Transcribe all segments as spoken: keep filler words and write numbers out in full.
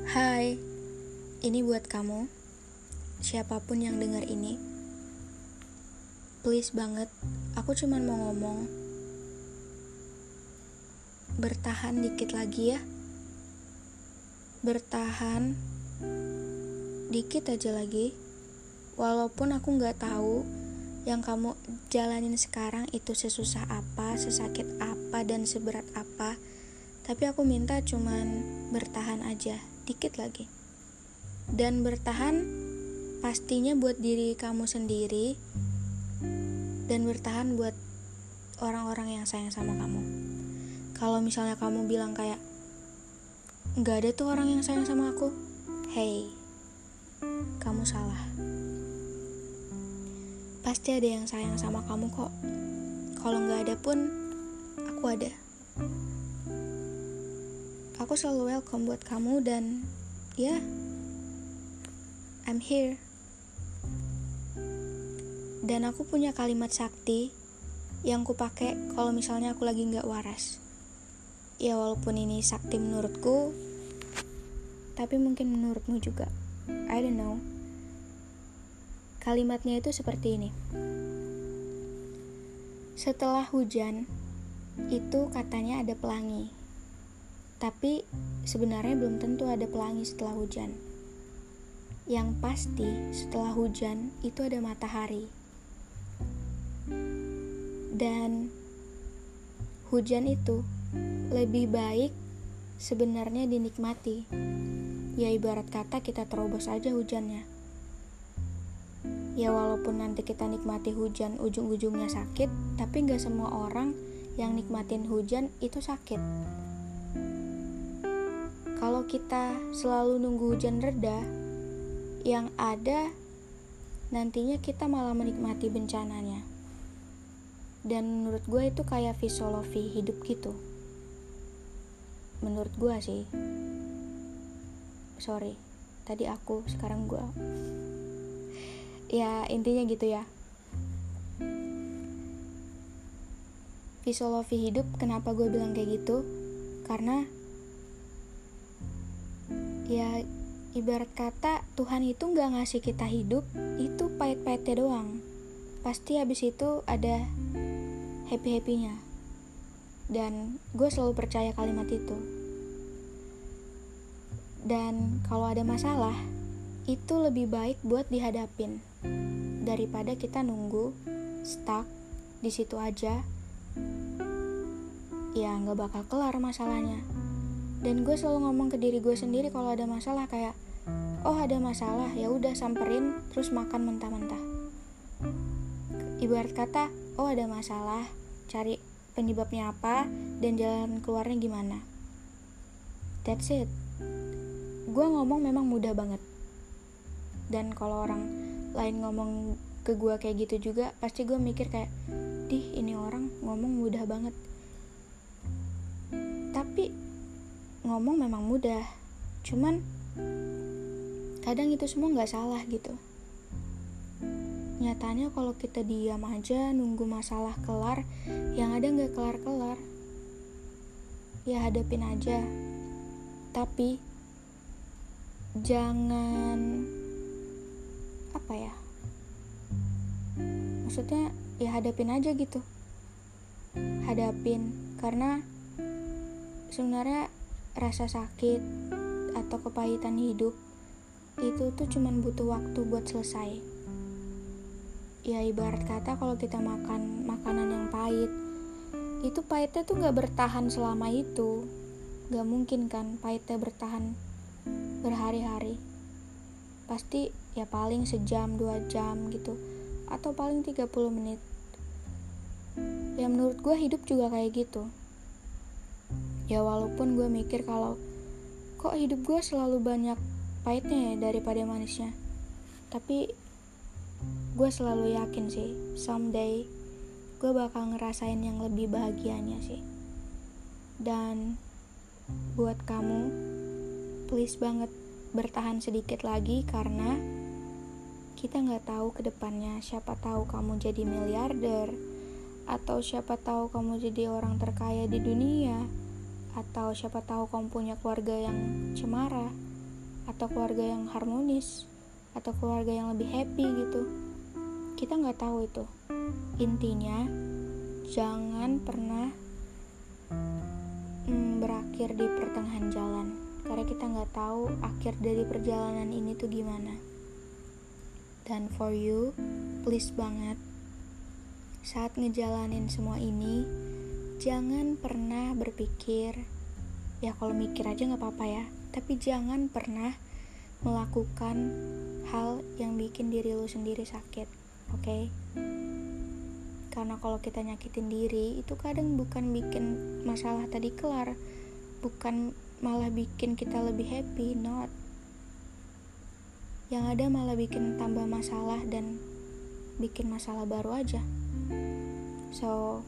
Hai, ini buat kamu, siapapun yang dengar ini. Please banget, aku cuman mau ngomong, bertahan dikit lagi ya. Bertahan dikit aja lagi. Walaupun aku gak tahu yang kamu jalanin sekarang itu sesusah apa, sesakit apa, dan seberat apa. Tapi aku minta cuman bertahan aja, dikit lagi. Dan bertahan pastinya buat diri kamu sendiri, dan bertahan buat orang-orang yang sayang sama kamu. Kalau misalnya kamu bilang kayak, gak ada tuh orang yang sayang sama aku, hey, kamu salah. Pasti ada yang sayang sama kamu kok. Kalau gak ada pun, aku ada. Aku selalu welcome buat kamu dan ya, yeah, I'm here. Dan aku punya kalimat sakti yang ku pakai kalau misalnya aku lagi gak waras. Ya walaupun ini sakti menurutku, tapi mungkin menurutmu juga. I don't know. Kalimatnya itu seperti ini. Setelah hujan, itu katanya ada pelangi. Tapi sebenarnya belum tentu ada pelangi setelah hujan. Yang pasti setelah hujan itu ada matahari. Dan hujan itu lebih baik sebenarnya dinikmati. Ya ibarat kata kita terobos aja hujannya. Ya walaupun nanti kita nikmati hujan ujung-ujungnya sakit, tapi gak semua orang yang nikmatin hujan itu sakit. Kalau kita selalu nunggu hujan reda, yang ada nantinya kita malah menikmati bencananya. Dan menurut gue itu kayak filosofi hidup gitu. Menurut gue sih. Sorry, tadi aku, sekarang gue. Ya intinya gitu ya. Filosofi hidup, kenapa gue bilang kayak gitu? Karena ya ibarat kata Tuhan itu gak ngasih kita hidup itu pahit-pahitnya doang. Pasti habis itu ada happy-happynya. Dan gue selalu percaya kalimat itu. Dan kalau ada masalah, itu lebih baik buat dihadapin daripada kita nunggu stuck di situ aja. Ya gak bakal kelar masalahnya. Dan gue selalu ngomong ke diri gue sendiri kalau ada masalah kayak, oh ada masalah, ya udah samperin terus makan mentah-mentah. Ibarat kata, oh ada masalah, cari penyebabnya apa dan jalan keluarnya gimana. That's it. Gue ngomong memang mudah banget. Dan kalau orang lain ngomong ke gue kayak gitu juga, pasti gue mikir kayak, dih ini orang ngomong mudah banget. Tapi ngomong memang mudah, cuman kadang itu semua gak salah gitu. Nyatanya kalau kita diam aja nunggu masalah kelar, yang ada gak kelar-kelar. Ya hadapin aja. Tapi jangan apa ya, maksudnya ya hadapin aja gitu. Hadapin, karena sebenarnya rasa sakit atau kepahitan hidup itu tuh cuman butuh waktu buat selesai. Ya ibarat kata kalau kita makan makanan yang pahit, itu pahitnya tuh gak bertahan selama itu. Gak mungkin kan pahitnya bertahan berhari-hari. Pasti ya paling sejam, dua jam gitu, atau paling tiga puluh menit. Ya menurut gue hidup juga kayak gitu. Ya walaupun gue mikir kalau kok hidup gue selalu banyak pahitnya ya daripada manisnya, tapi gue selalu yakin sih someday gue bakal ngerasain yang lebih bahagianya sih. Dan buat kamu, please banget bertahan sedikit lagi, karena kita gak tahu ke depannya. Siapa tahu kamu jadi miliarder, atau siapa tahu kamu jadi orang terkaya di dunia, atau siapa tahu kamu punya keluarga yang cemara. atau keluarga yang harmonis, atau keluarga yang lebih happy gitu. Kita nggak tahu itu. Intinya, jangan pernah mm, berakhir di pertengahan jalan, karena kita nggak tahu akhir dari perjalanan ini tuh gimana. Dan for you, please banget, saat ngejalanin semua ini, jangan pernah berpikir, ya kalau mikir aja nggak apa-apa ya, tapi jangan pernah melakukan hal yang bikin diri lu sendiri sakit, oke? Okay? Karena kalau kita nyakitin diri, itu kadang bukan bikin masalah tadi kelar, bukan malah bikin kita lebih happy, not. Yang ada malah bikin tambah masalah dan bikin masalah baru aja. So,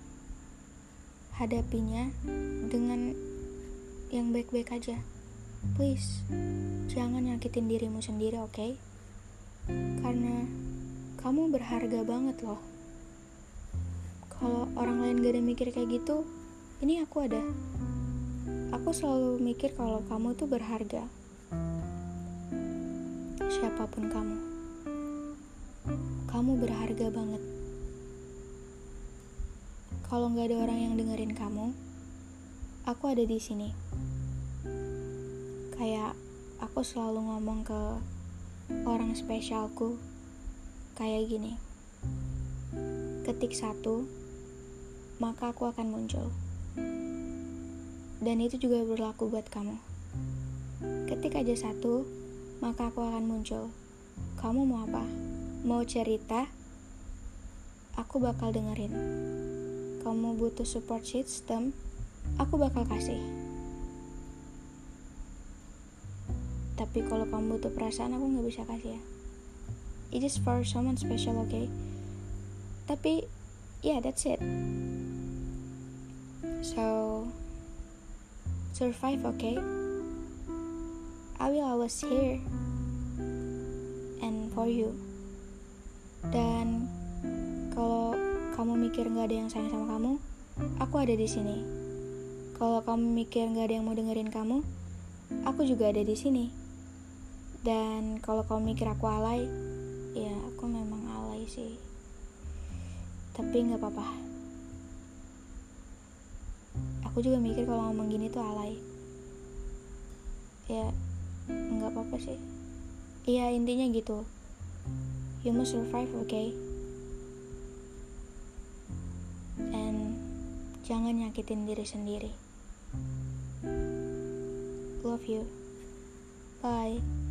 hadapinya dengan yang baik-baik aja. Please, jangan nyakitin dirimu sendiri, oke? Okay? Karena kamu berharga banget loh. Kalau orang lain gak ada mikir kayak gitu, ini aku ada. Aku selalu mikir kalau kamu tuh berharga. Siapapun kamu, kamu berharga banget. Kalau gak ada orang yang dengerin kamu, aku ada di sini. Kayak aku selalu ngomong ke orang spesialku, kayak gini. Ketik satu, maka aku akan muncul. Dan itu juga berlaku buat kamu. Ketik aja satu, maka aku akan muncul. Kamu mau apa? Mau cerita? Aku bakal dengerin. Kamu butuh support system? Aku bakal kasih. Tapi kalau kamu butuh perasaan, aku gak bisa kasih ya. It is for someone special, okay? Tapi, yeah, that's it. So, survive, okay? I will always here and for you. Dan kalau kamu mikir nggak ada yang sayang sama kamu, aku ada di sini. Kalau kamu mikir nggak ada yang mau dengerin kamu, aku juga ada di sini. Dan kalau kamu mikir aku alay, ya aku memang alay sih. Tapi nggak apa-apa. Aku juga mikir kalau ngomong gini tuh alay. Ya nggak apa-apa sih. Iya, intinya gitu. You must survive, okay? And jangan nyakitin diri sendiri. Love you. Bye.